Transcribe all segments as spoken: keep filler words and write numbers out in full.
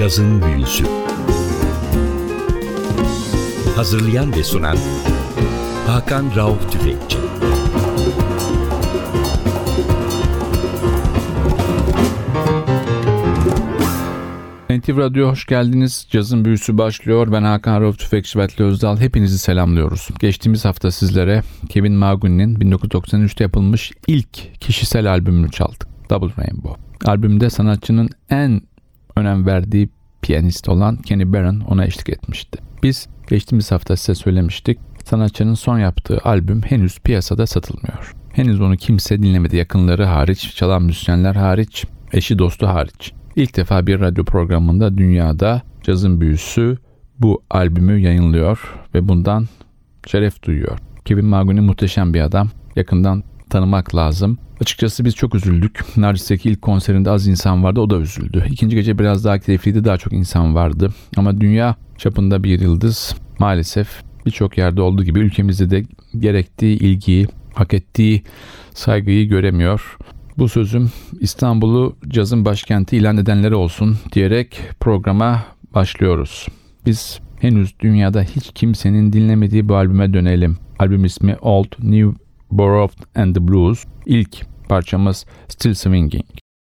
Cazın Büyüsü. Hazırlayan ve sunan Hakan Rauf Tüfekçi. N T V Radyo hoş geldiniz. Cazın Büyüsü başlıyor. Ben Hakan Rauf Tüfekçi ve Atli Özdal. Hepinizi selamlıyoruz. Geçtiğimiz hafta sizlere Kevin Maguni'nin bin dokuz yüz doksan üçte yapılmış ilk kişisel albümünü çaldık. Double Rainbow. Albümde sanatçının en önem verdiği piyanist olan Kenny Barron ona eşlik etmişti. Biz geçtiğimiz hafta size söylemiştik. Sanatçının son yaptığı albüm henüz piyasada satılmıyor. Henüz onu kimse dinlemedi. Yakınları hariç, çalan müzisyenler hariç, eşi dostu hariç. İlk defa bir radyo programında dünyada Cazın Büyüsü bu albümü yayınlıyor ve bundan şeref duyuyor. Kevin Maguni muhteşem bir adam. Yakından tanımak lazım. Açıkçası biz çok üzüldük. Narcis'teki ilk konserinde az insan vardı, o da üzüldü. İkinci gece biraz daha keyifliydi, daha çok insan vardı. Ama dünya çapında bir yıldız maalesef birçok yerde olduğu gibi ülkemizde de gerektiği ilgiyi, hak ettiği saygıyı göremiyor. Bu sözüm İstanbul'u cazın başkenti ilan edenlere olsun diyerek programa başlıyoruz. Biz henüz dünyada hiç kimsenin dinlemediği bu albüme dönelim. Albüm ismi Old New Borrowed and the Blues. İlk parçamız Still Swinging.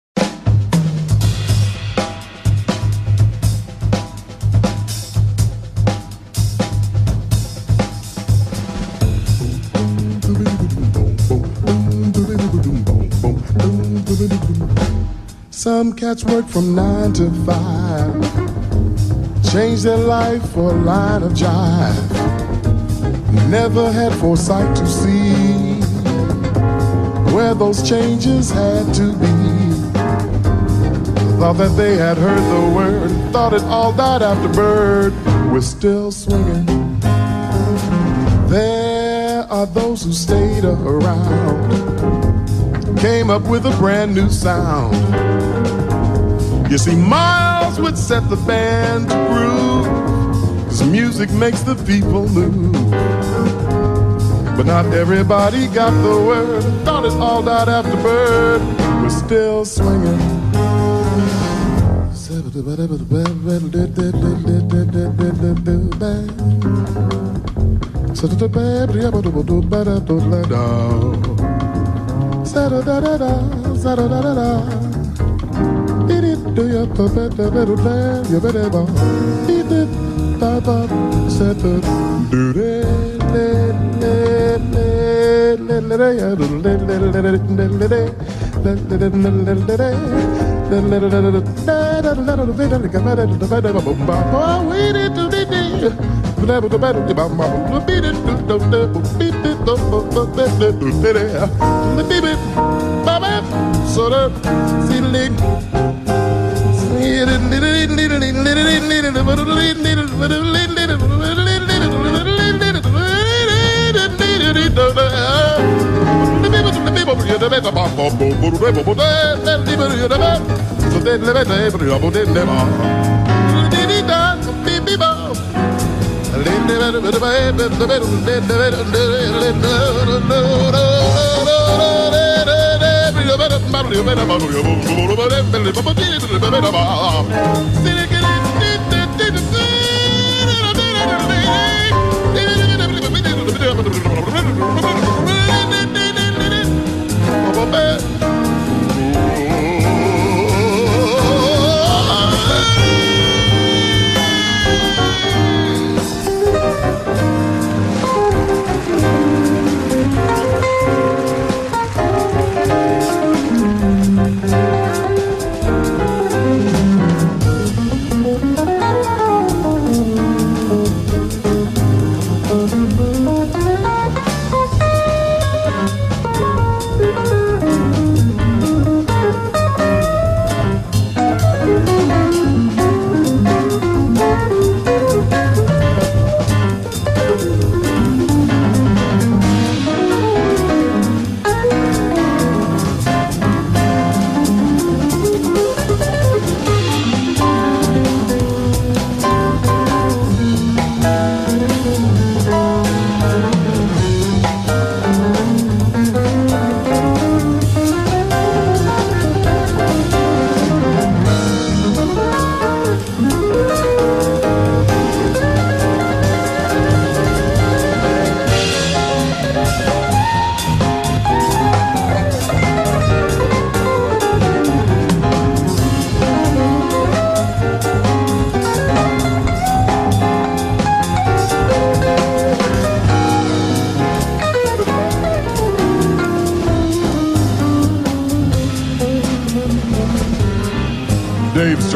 Some cats work from nine to five, change their life for a line of jive. Never had foresight to see where those changes had to be. Thought that they had heard the word, thought it all died after bird. We're still swinging. There are those who stayed around, came up with a brand new sound. You see, Miles would set the band to groove, 'cause music makes the people move. But not everybody got the word, thought it all died after bird. We're still swinging. Do you put the better plan? You better go. Eat it, papa, set it. Do it, let let let let let let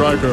like her.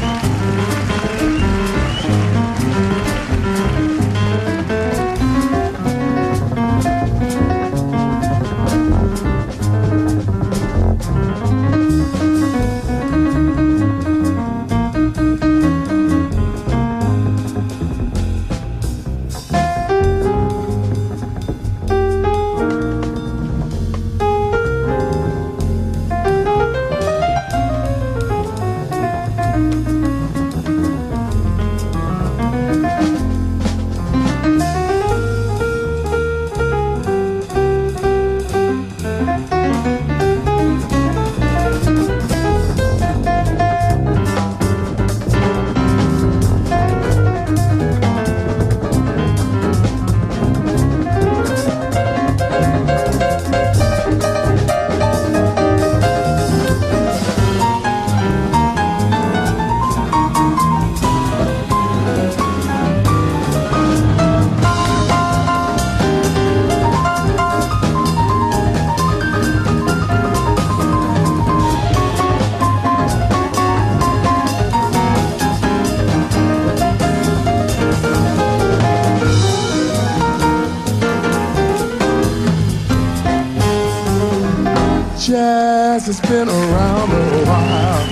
Jazz has been around a while,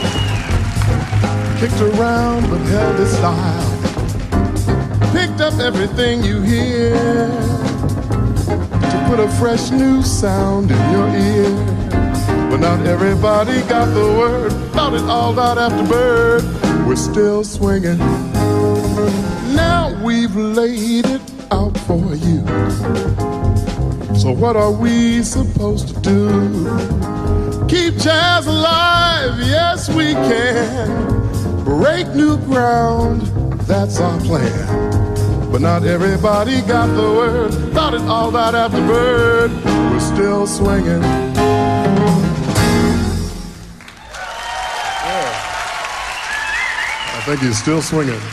kicked around but held its style, picked up everything you hear to put a fresh new sound in your ear. But not everybody got the word, thought it all died after Bird. We're still swinging, now we've laid it out for you. So what are we supposed to do? Keep jazz alive, yes we can. Break new ground, that's our plan. But not everybody got the word, thought it all died after Bird. We're still swinging. Yeah. I think he's still swinging.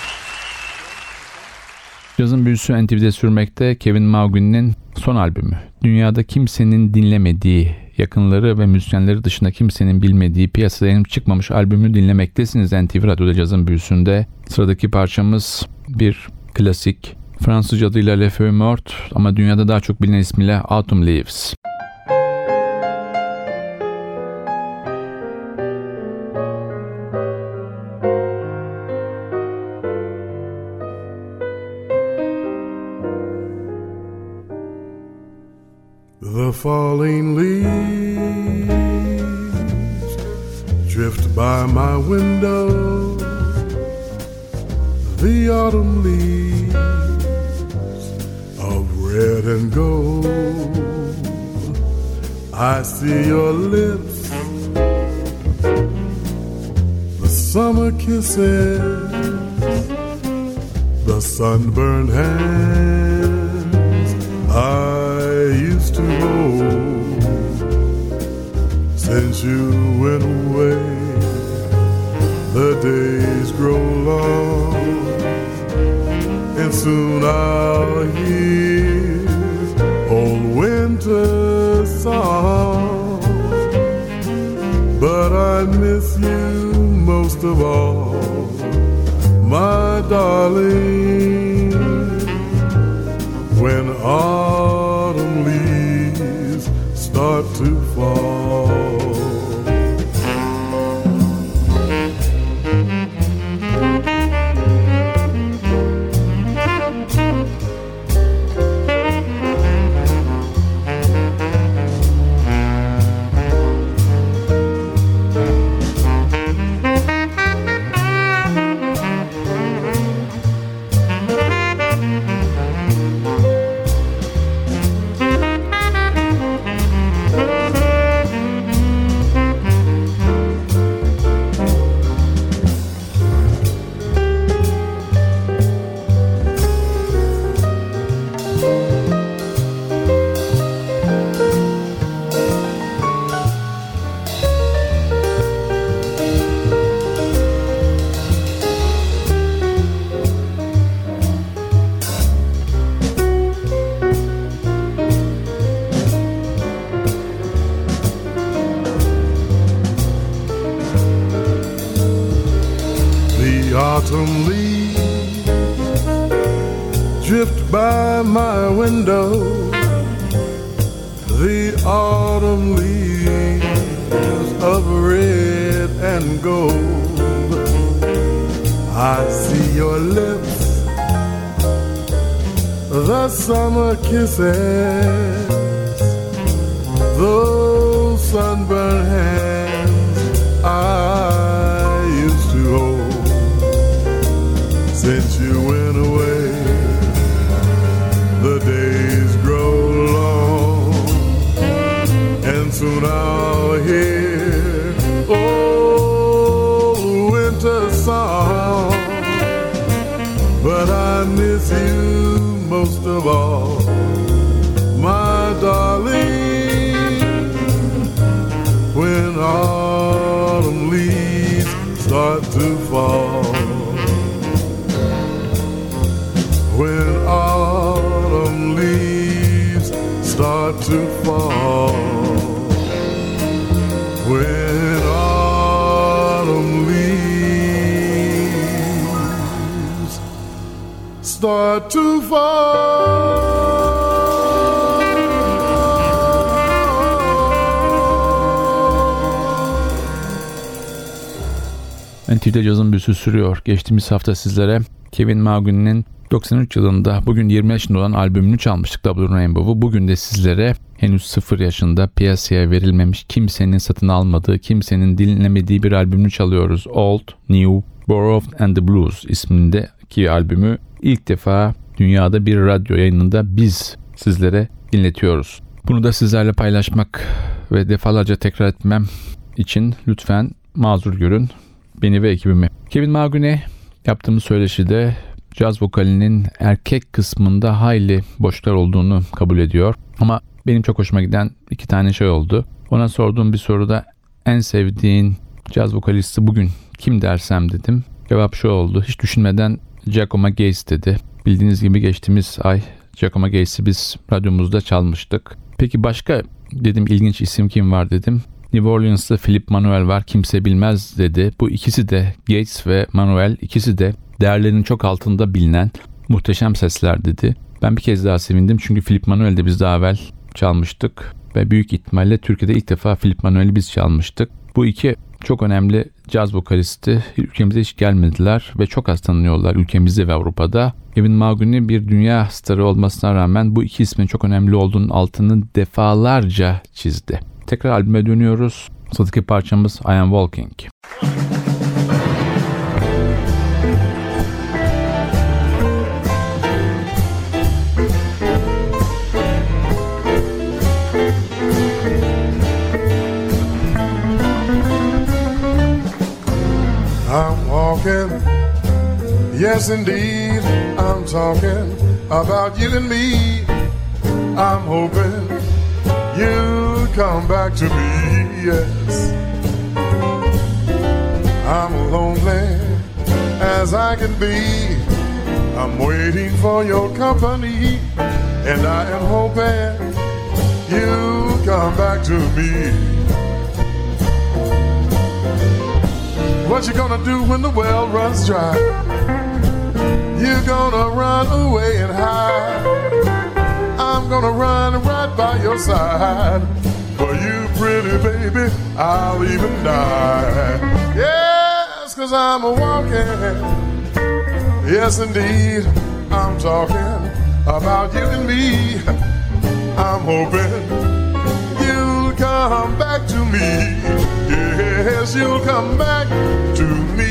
Cazın büyüsü N T V'de sürmekte. Kevin Maughey'nin son albümü. Dünyada kimsenin dinlemediği, yakınları ve müzisyenleri dışında kimsenin bilmediği, piyasada henüz çıkmamış albümü dinlemektesiniz N T V Radyo'da Cazın Büyüsü'nde. Sıradaki parçamız bir klasik. Fransızca adıyla Le Feuille Morte ama dünyada daha çok bilinen ismiyle Autumn Leaves. The falling leaves drift by my window. The autumn leaves of red and gold. I see your lips, the summer kisses, the sunburned hands I used to hold. Since you went away, the days grow long, and soon I'll hear old winter's song. But I miss you most of all, my darling, when autumn leaves start to fall. autumn leaves drift by my window. The autumn leaves of red and gold. I see your lips, the summer kisses, those sunburned hands I used to hold. Since you went away, the days grow long, and soon I'll hear old winter song. But I miss you most of all, my darling, when autumn leaves start to fall. When autumn leaves start to fall. When autumn leaves start to fall. N T V'de cazın büyüsü sürüyor. Geçtiğimiz hafta sizlere Kevin Maugany'nin doksan üç yılında bugün yirmi yaşında olan albümünü çalmıştık, Double Rainbow'u. Bugün de sizlere henüz sıfır yaşında piyasaya verilmemiş, kimsenin satın almadığı, kimsenin dinlemediği bir albümünü çalıyoruz. Old, New, Borrowed and the Blues ismindeki albümü ilk defa dünyada bir radyo yayınında biz sizlere dinletiyoruz. Bunu da sizlerle paylaşmak ve defalarca tekrar etmem için lütfen mazur görün beni ve ekibimi. Kevin Maugany yaptığımız söyleşide caz vokalinin erkek kısmında hayli boşluklar olduğunu kabul ediyor. Ama benim çok hoşuma giden iki tane şey oldu. Ona sorduğum bir soruda en sevdiğin caz vokalisti bugün kim dersem dedim. Cevap şu oldu. Hiç düşünmeden Giacomo Gates dedi. Bildiğiniz gibi geçtiğimiz ay Giacomo Gates'i biz radyomuzda çalmıştık. Peki başka dedim ilginç isim kim var dedim. New Orleans'ta Philip Manuel var, kimse bilmez dedi. Bu ikisi de, Gates ve Manuel, ikisi de değerlerinin çok altında bilinen muhteşem sesler dedi. Ben bir kez daha sevindim çünkü Philip Manuel'i de biz daha evvel çalmıştık ve büyük ihtimalle Türkiye'de ilk defa Philip Manuel'i biz çalmıştık. Bu iki çok önemli caz vokalisti ülkemize hiç gelmediler ve çok az tanınıyorlar ülkemizde ve Avrupa'da. Kevin Maugany bir dünya starı olmasına rağmen bu iki ismin çok önemli olduğunun altını defalarca çizdi. Tekrar albüme dönüyoruz. Sıradaki parçamız I Am Walking. I'm walking, yes indeed, I'm talking about you and me. I'm hoping you'll come back to me, yes. I'm lonely as I can be. I'm waiting for your company, and I am hoping you'll come back to me. What you gonna do when the well runs dry? You're gonna run away and hide. I'm gonna run right by your side. For you, pretty baby, I'll even die. Yes, 'cause I'm a walking. Yes, indeed, I'm talking about you and me. I'm hoping you'll come back to me. Yes, you'll come back to me.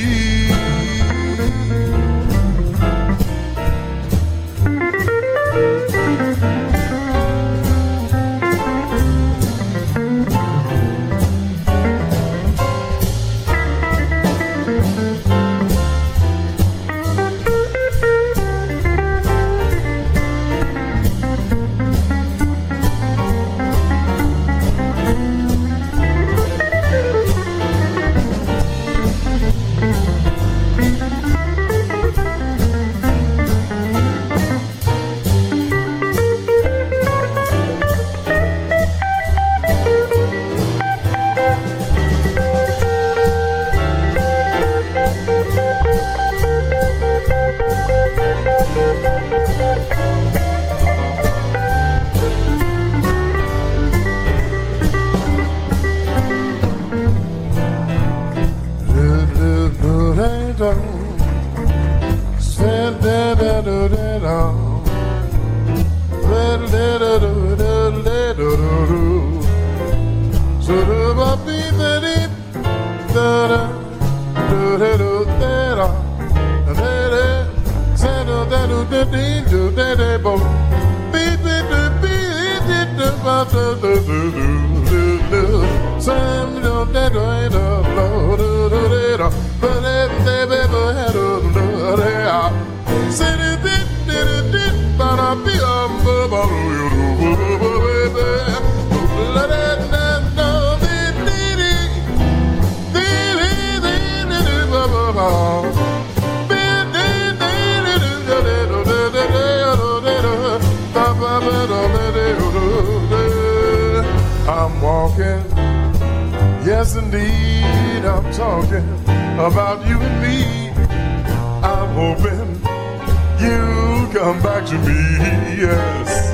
I'm walking, yes indeed, I'm talking about you and me. I'm hoping you come back to me, yes.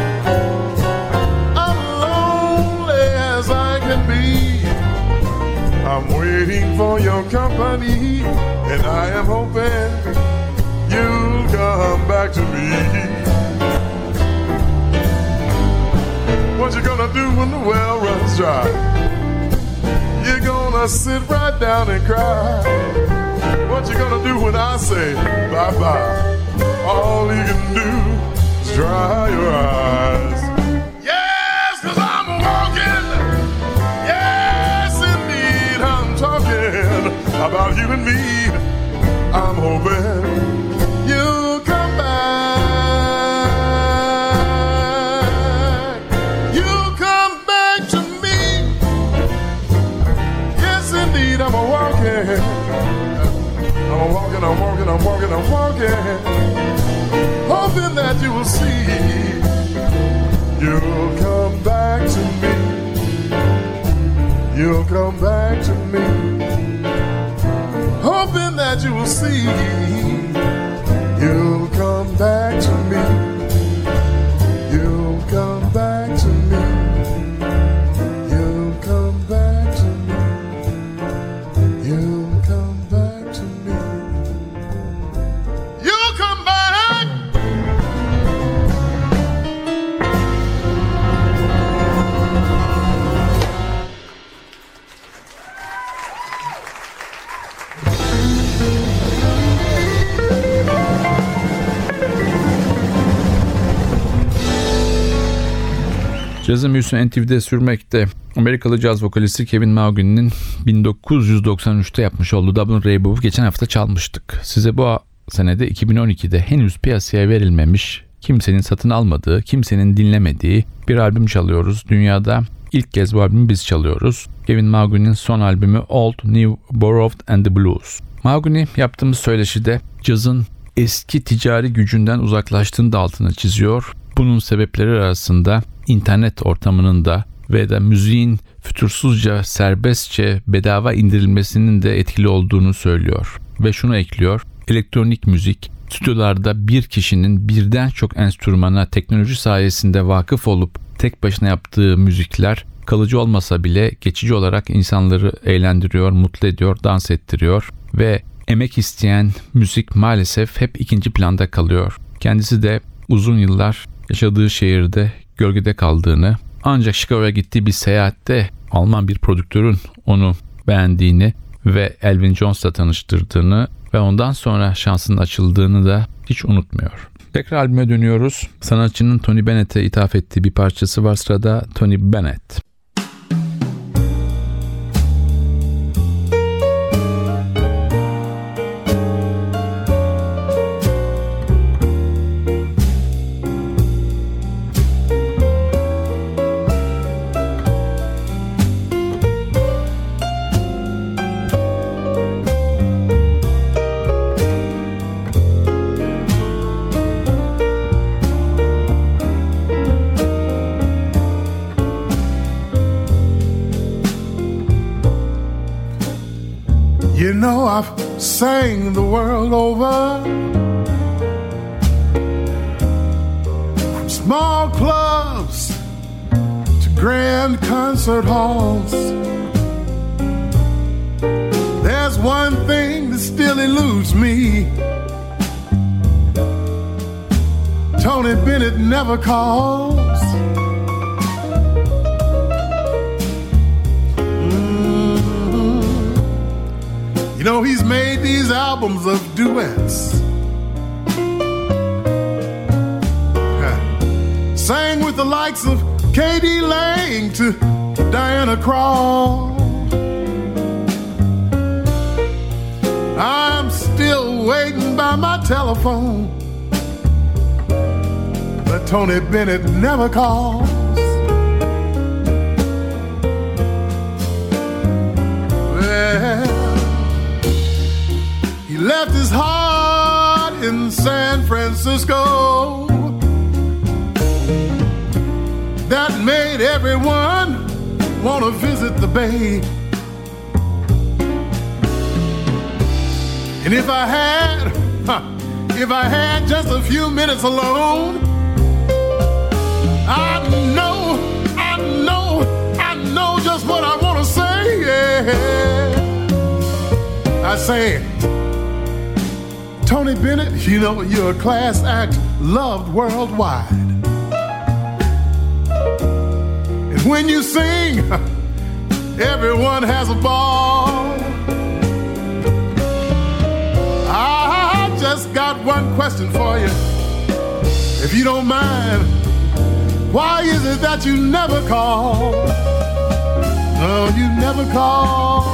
I'm lonely as I can be. I'm waiting for your company, and I am hoping you'll come back to me. What you gonna do when the well runs dry? You're gonna sit right down and cry. What you gonna do when I say bye-bye? All you can do is dry your eyes. Yes, 'cause I'm walking. Yes, indeed, I'm talking about you and me. I'm hoping you'll come back. You'll come back to me. Yes, indeed, I'm walking. I'm walking, I'm walking, I'm walking, I'm walking, hoping that you will see, you'll come back to me, you'll come back to me, hoping that you will see, you'll come back to me, you'll come back to me, you'll come back to me, you'll come back to me. Cazın büyüsü N T V'de sürmekte. Amerikalı caz vokalisti Kevin Mauguin'in bin dokuz yüz doksan üçte yapmış olduğu Double Rainbow'u geçen hafta çalmıştık. Size bu senede iki bin on ikide henüz piyasaya verilmemiş, kimsenin satın almadığı, kimsenin dinlemediği bir albüm çalıyoruz. Dünyada ilk kez bu albümü biz çalıyoruz. Kevin Mauguin'in son albümü Old, New, Borrowed and the Blues. Mauguin yaptığımız söyleşide cazın eski ticari gücünden uzaklaştığını da altını çiziyor. Bunun sebepleri arasında internet ortamının da ve de müziğin fütursuzca, serbestçe, bedava indirilmesinin de etkili olduğunu söylüyor. Ve şunu ekliyor: elektronik müzik, stüdyolarda bir kişinin birden çok enstrümana teknoloji sayesinde vakıf olup tek başına yaptığı müzikler kalıcı olmasa bile geçici olarak insanları eğlendiriyor, mutlu ediyor, dans ettiriyor ve emek isteyen müzik maalesef hep ikinci planda kalıyor. Kendisi de uzun yıllar yaşadığı şehirde gölgede kaldığını, ancak Chicago'ya gittiği bir seyahatte Alman bir prodüktörün onu beğendiğini ve Elvin Jones'la tanıştırdığını ve ondan sonra şansının açıldığını da hiç unutmuyor. Tekrar albüme dönüyoruz. Sanatçının Tony Bennett'e ithaf ettiği bir parçası var sırada, Tony Bennett. You know I've sang the world over, from small clubs to grand concert halls. There's one thing that still eludes me. Tony Bennett never calls. You know, he's made these albums of duets. Sang with the likes of K D Lang to Diana Krall. I'm still waiting by my telephone, but Tony Bennett never calls. Well, he left his heart in San Francisco. That made everyone want to visit the Bay. And if I had, huh, if I had just a few minutes alone, I know, I know, I know just what I want to say, yeah. I say, Tony Bennett, you know, you're a class act loved worldwide. And when you sing, everyone has a ball. I just got one question for you, if you don't mind. Why is it that you never call? No, you never call.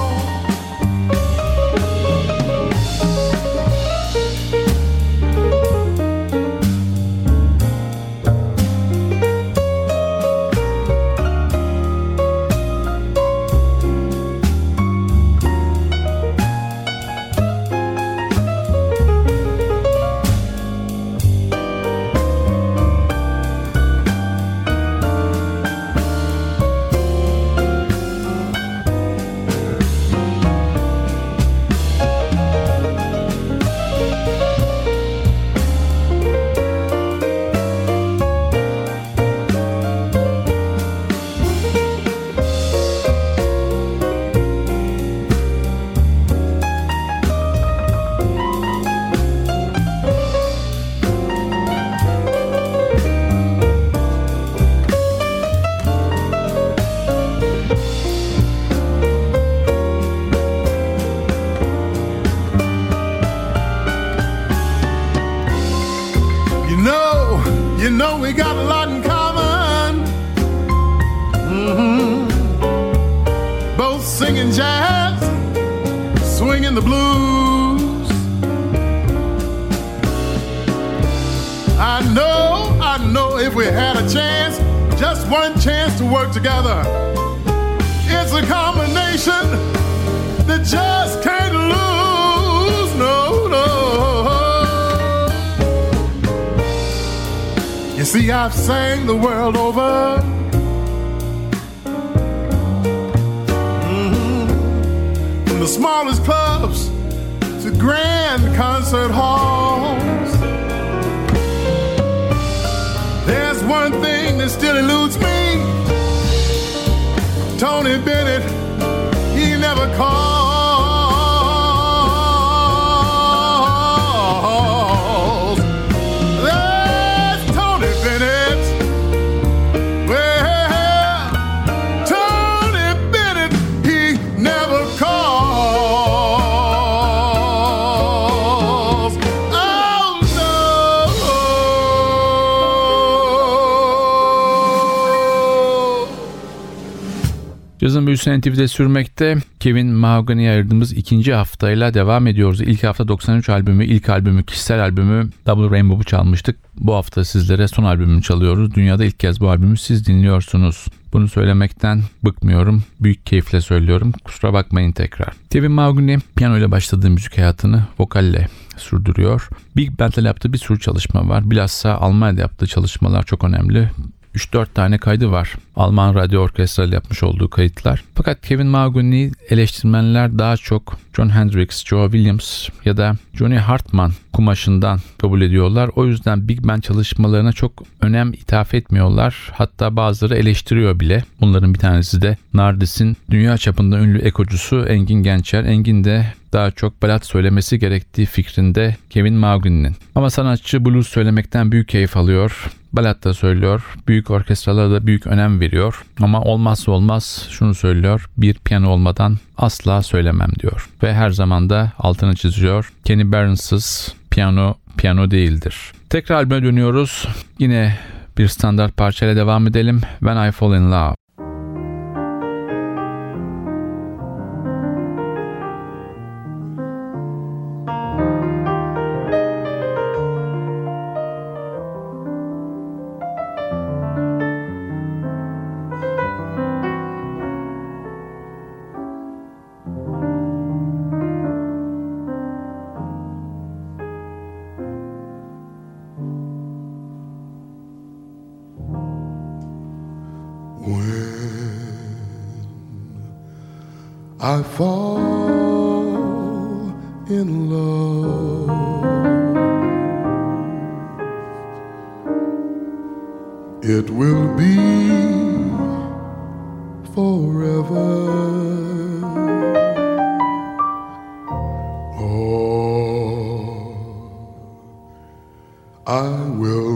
We got a lot in common. Mm-hmm. Both singing jazz, swinging the blues. I know, I know if we had a chance, just one chance to work together, it's a combination that just can't lose, no, no. You see, I've sang the world over. Mm-hmm. From the smallest clubs to grand concert halls. There's one thing that still eludes me. Tony Bennett, he never called. Cazın büyüsü N T V'de sürmekte. Kevin Mahogany'ye ayırdığımız ikinci haftayla devam ediyoruz. İlk hafta doksan üç albümü, ilk albümü, kişisel albümü Double Rainbow'u çalmıştık. Bu hafta sizlere son albümünü çalıyoruz. Dünyada ilk kez bu albümü siz dinliyorsunuz. Bunu söylemekten bıkmıyorum. Büyük keyifle söylüyorum. Kusura bakmayın tekrar. Kevin Mahogany piyano ile başladığı müzik hayatını vokalle sürdürüyor. Big Band'le yaptığı bir sürü çalışma var. Bilhassa Almanya'da yaptığı çalışmalar çok önemli. üç dört tane kaydı var. Alman Radyo Orkestra ile yapmış olduğu kayıtlar. Fakat Kevin Mahogany eleştirmenler daha çok Jon Hendricks, Joe Williams ya da Johnny Hartman kumaşından kabul ediyorlar. O yüzden Big Band çalışmalarına çok önem ithaf etmiyorlar. Hatta bazıları eleştiriyor bile. Bunların bir tanesi de Nardis'in dünya çapında ünlü ekocusu Engin Gençer. Engin de daha çok balat söylemesi gerektiği fikrinde Kevin Mahogany'nin. Ama sanatçı blues söylemekten büyük keyif alıyor. Balat da söylüyor. Büyük orkestralara da büyük önem veriyor. Ama olmazsa olmaz şunu söylüyor. Bir piyano olmadan asla söylemem diyor. Ve her zaman da altını çiziyor. Kenny Barnes'sız piyano piyano değildir. Tekrar albüme dönüyoruz. Yine Bir standart parçayla devam edelim. When I Fall in Love. I fall in love, it will be forever. Oh, I will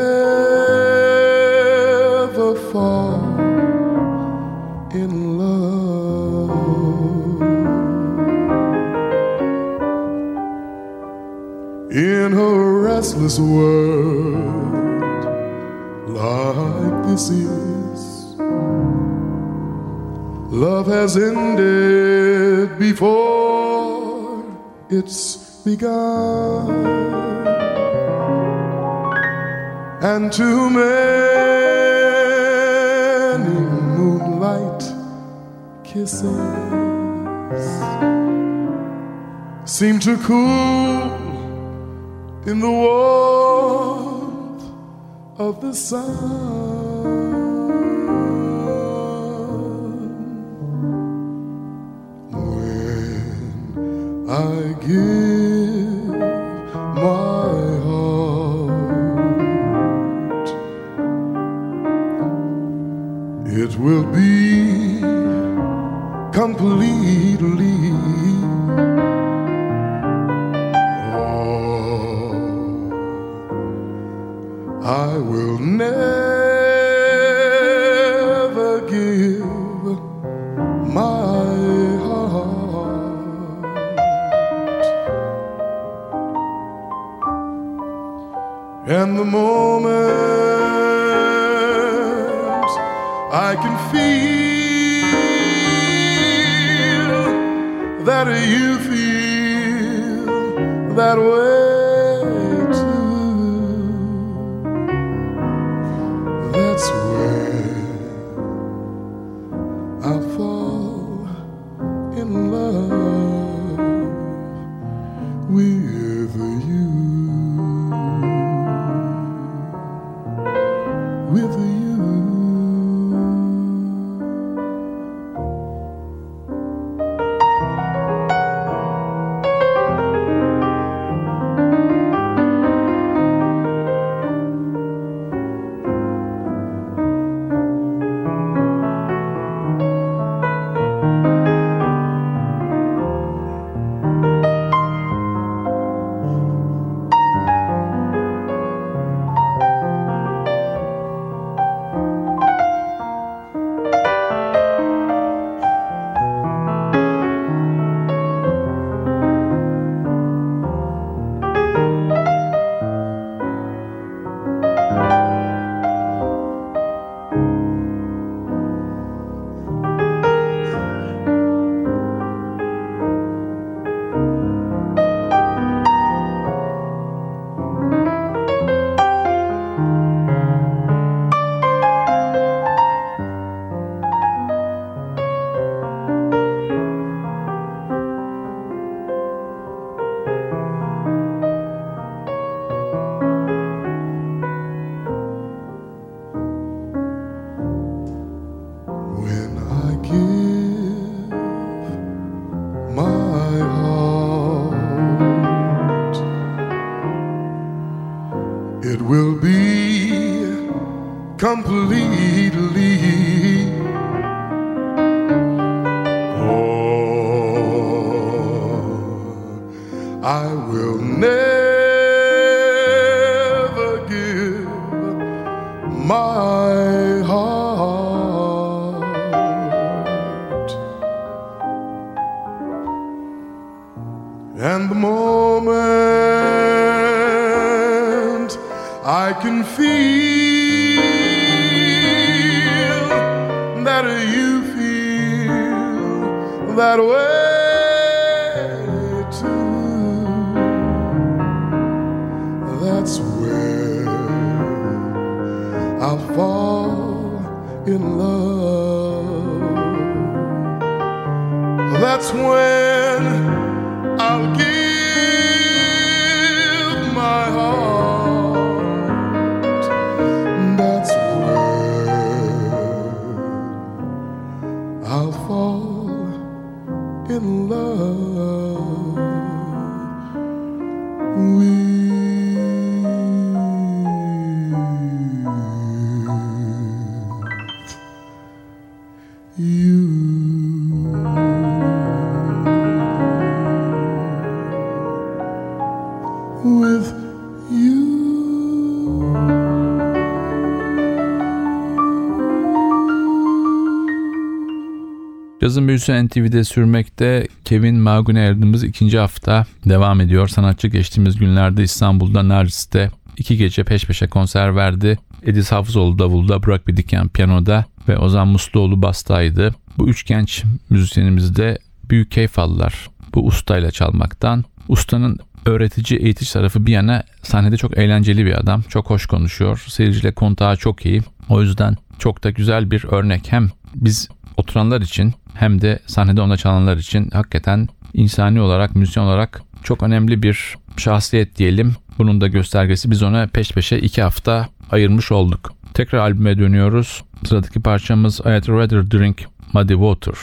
never fall in love. In a restless world like this is, love has ended before it's begun, and too many moonlight kisses seem to cool in the warmth of the sun. When I give my heart, it will be completely. I will never give my heart, and the moment I can feel that you feel that way, completely. Oh, I will never give my heart, and the moment I can feel that way too. That's where I'll fall in love. That's when I'll give my heart. That's where I'll fall in love with you. With you. Cazın büyüsü N T V'de sürmekte. Kevin Magoun'e ayırdığımız ikinci hafta devam ediyor. Sanatçı geçtiğimiz günlerde İstanbul'da Naris'te iki gece peş peşe konser verdi. Ediz Hafızoğlu davulda, Burak Bidiken piyanoda ve Ozan Musluoğlu bastaydı. Bu üç genç müzisyenimiz de büyük keyif aldılar bu ustayla çalmaktan. Ustanın öğretici, eğitici tarafı bir yana sahnede çok eğlenceli bir adam. Çok hoş konuşuyor. Seyirciyle kontağı çok iyi. O yüzden çok da güzel bir örnek. Hem biz oturanlar için hem de sahnede ona çalanlar için hakikaten insani olarak, müzisyen olarak çok önemli bir şahsiyet diyelim. Bunun da göstergesi, biz ona peş peşe iki hafta ayırmış olduk. Tekrar albüme dönüyoruz. Sıradaki parçamız I'd Rather Drink Muddy Water.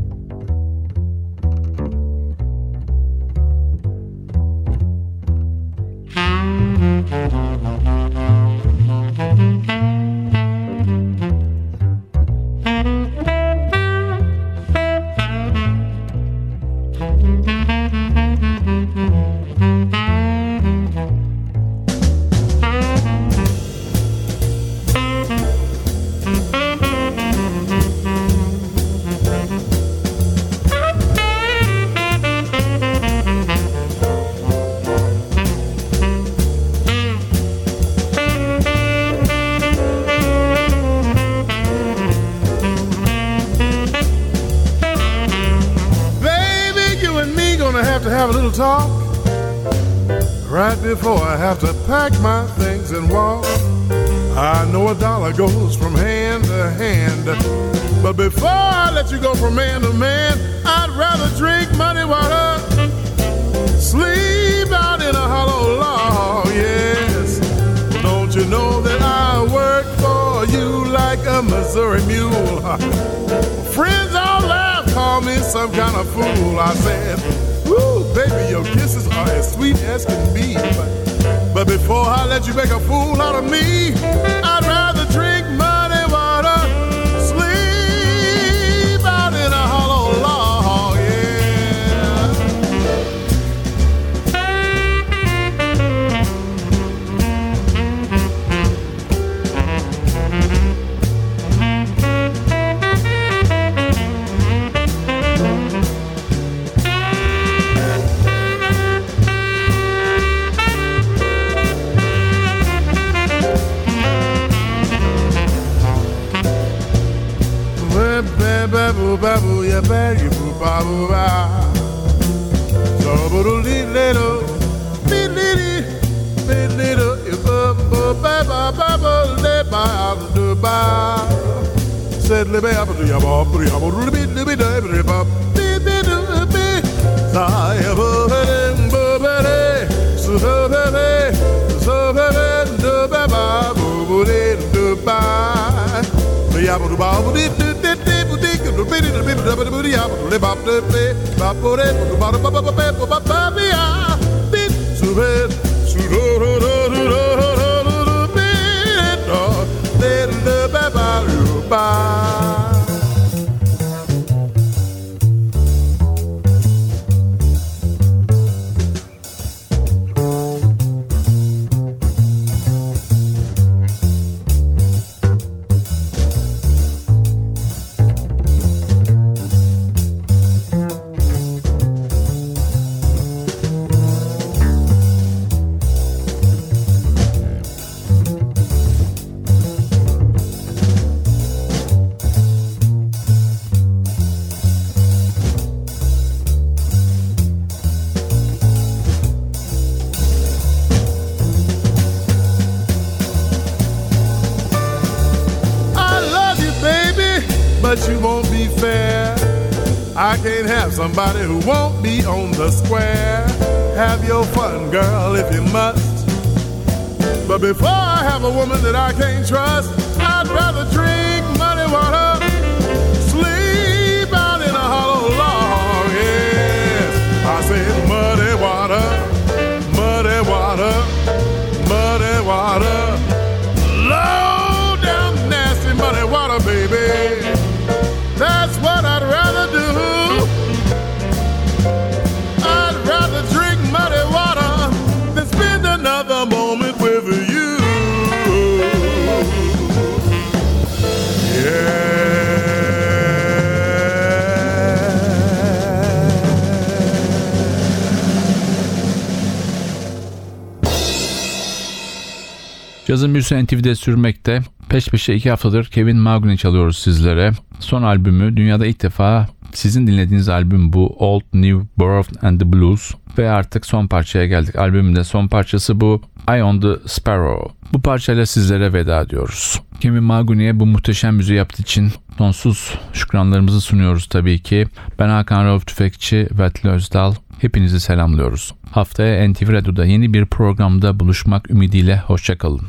Talk right before I have to pack my things and walk. I know a dollar goes from hand to hand, but before I let you go from man to man, I'd rather drink muddy water, sleep out in a hollow log. Yes, don't you know that I work for you like a Missouri mule? Friends all laugh, call me some kind of fool. I said, woo, baby, your kisses are as sweet as can be. But, but before I let you make a fool out of me, I'd rather drink muddy water, sleep out in a hollow log, yeah. Babu babu ya baby boo babu ba. So boo little, little, little, ba ba ba ba ba le ba do ba. Said le ba ba do ya ba ba ya ba do be le be da be ba be be do be. Sa ya ba ba ba ba le so ba ba so ba ba do ba ba boo boo le do ba. Ya ba do ba boo di di di. The baby, the baby, the baby, the baby, the baby, the baby, but you won't be fair. I can't have somebody who won't be on the square. Have your fun, girl, if you must. But before I have a woman that I can't trust, I'd rather drink muddy water, sleep out in a hollow log. Yes, I said muddy water, muddy water, muddy water, low down nasty muddy water, baby. That's what I'd rather do. I'd rather drink muddy water than spend another moment with you. Yeah. Cazın büyüsü N T V'de sürmekte. Peş peşe iki haftadır Kevin Maugany çalıyoruz sizlere. Son albümü, dünyada ilk defa sizin dinlediğiniz albüm bu. Old, New, Borrowed and the Blues. Ve artık son parçaya geldik. Albümün de son parçası bu. Eye on the Sparrow. Bu parçayla sizlere veda ediyoruz. Kevin Maugany'e bu muhteşem müziği yaptığı için sonsuz şükranlarımızı sunuyoruz tabii ki. Ben Hakan Rauf Tüfekçi ve Atilla Özdal. Hepinizi selamlıyoruz. Haftaya N T V Radyo'da yeni bir programda buluşmak ümidiyle hoşçakalın.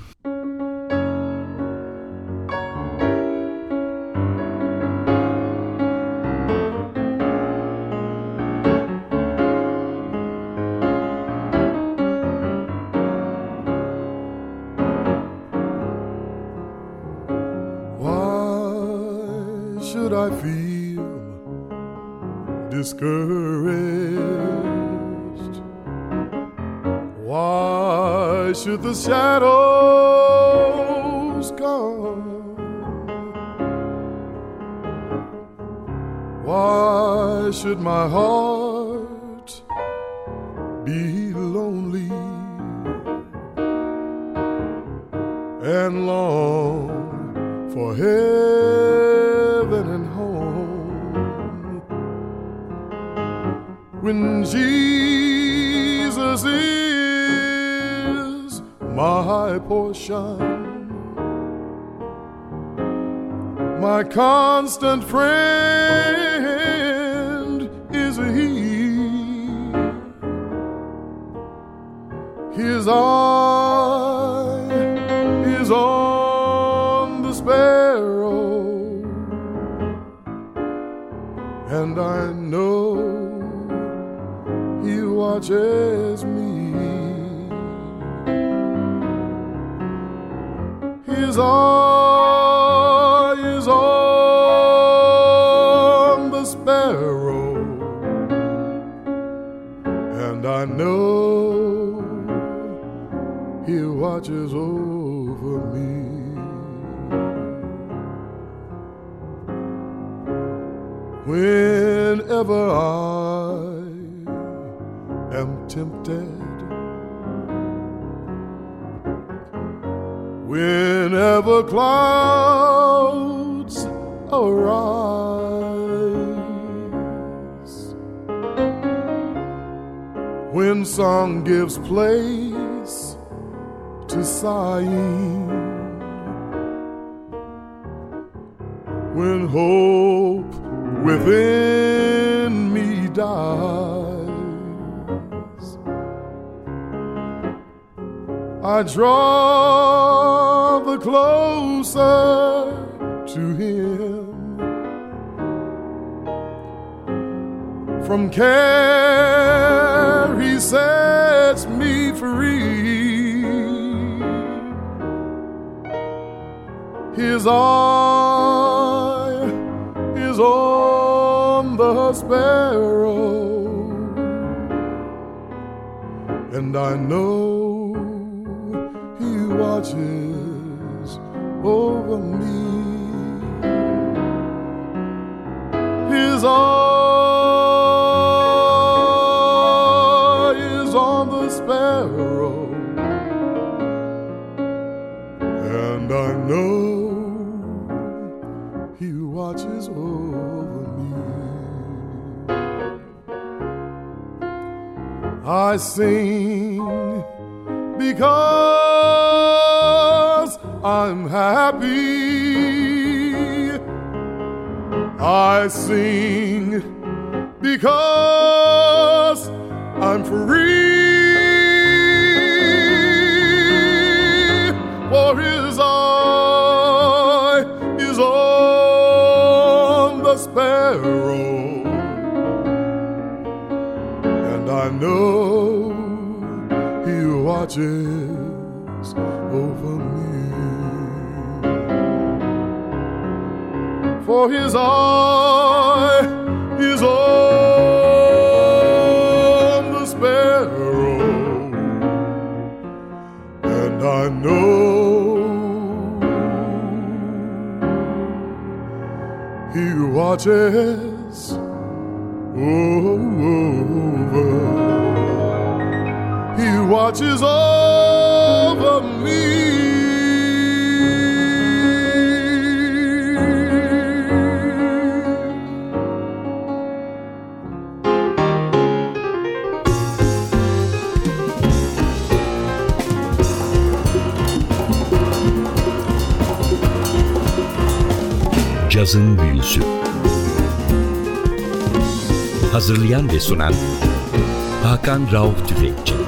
Should I feel discouraged? Why should the shadows come? Why should my heart be lonely and long for heaven and home, when Jesus is my portion, my constant friend is He. His eye is on the sparrow, and I know He watches me. His eye is on the sparrow, and I know He watches over me. Whenever I am tempted, whenever clouds arise, when song gives place to sighing, when hope within me dies, I draw the closer to Him. From care He sets me free. His eye is on the sparrow, and I know He watches over me. His eye is on the sparrow, and I know He watches over me. I sing because I'm happy. I sing because I'm free, for his eye is on the sparrow, and I know he watches over me. For his eye is on the sparrow, and I know he watches over, he watches over me. Cazın Büyüsü. Hazırlayan ve sunan Hakan Rauf Tüfekçi.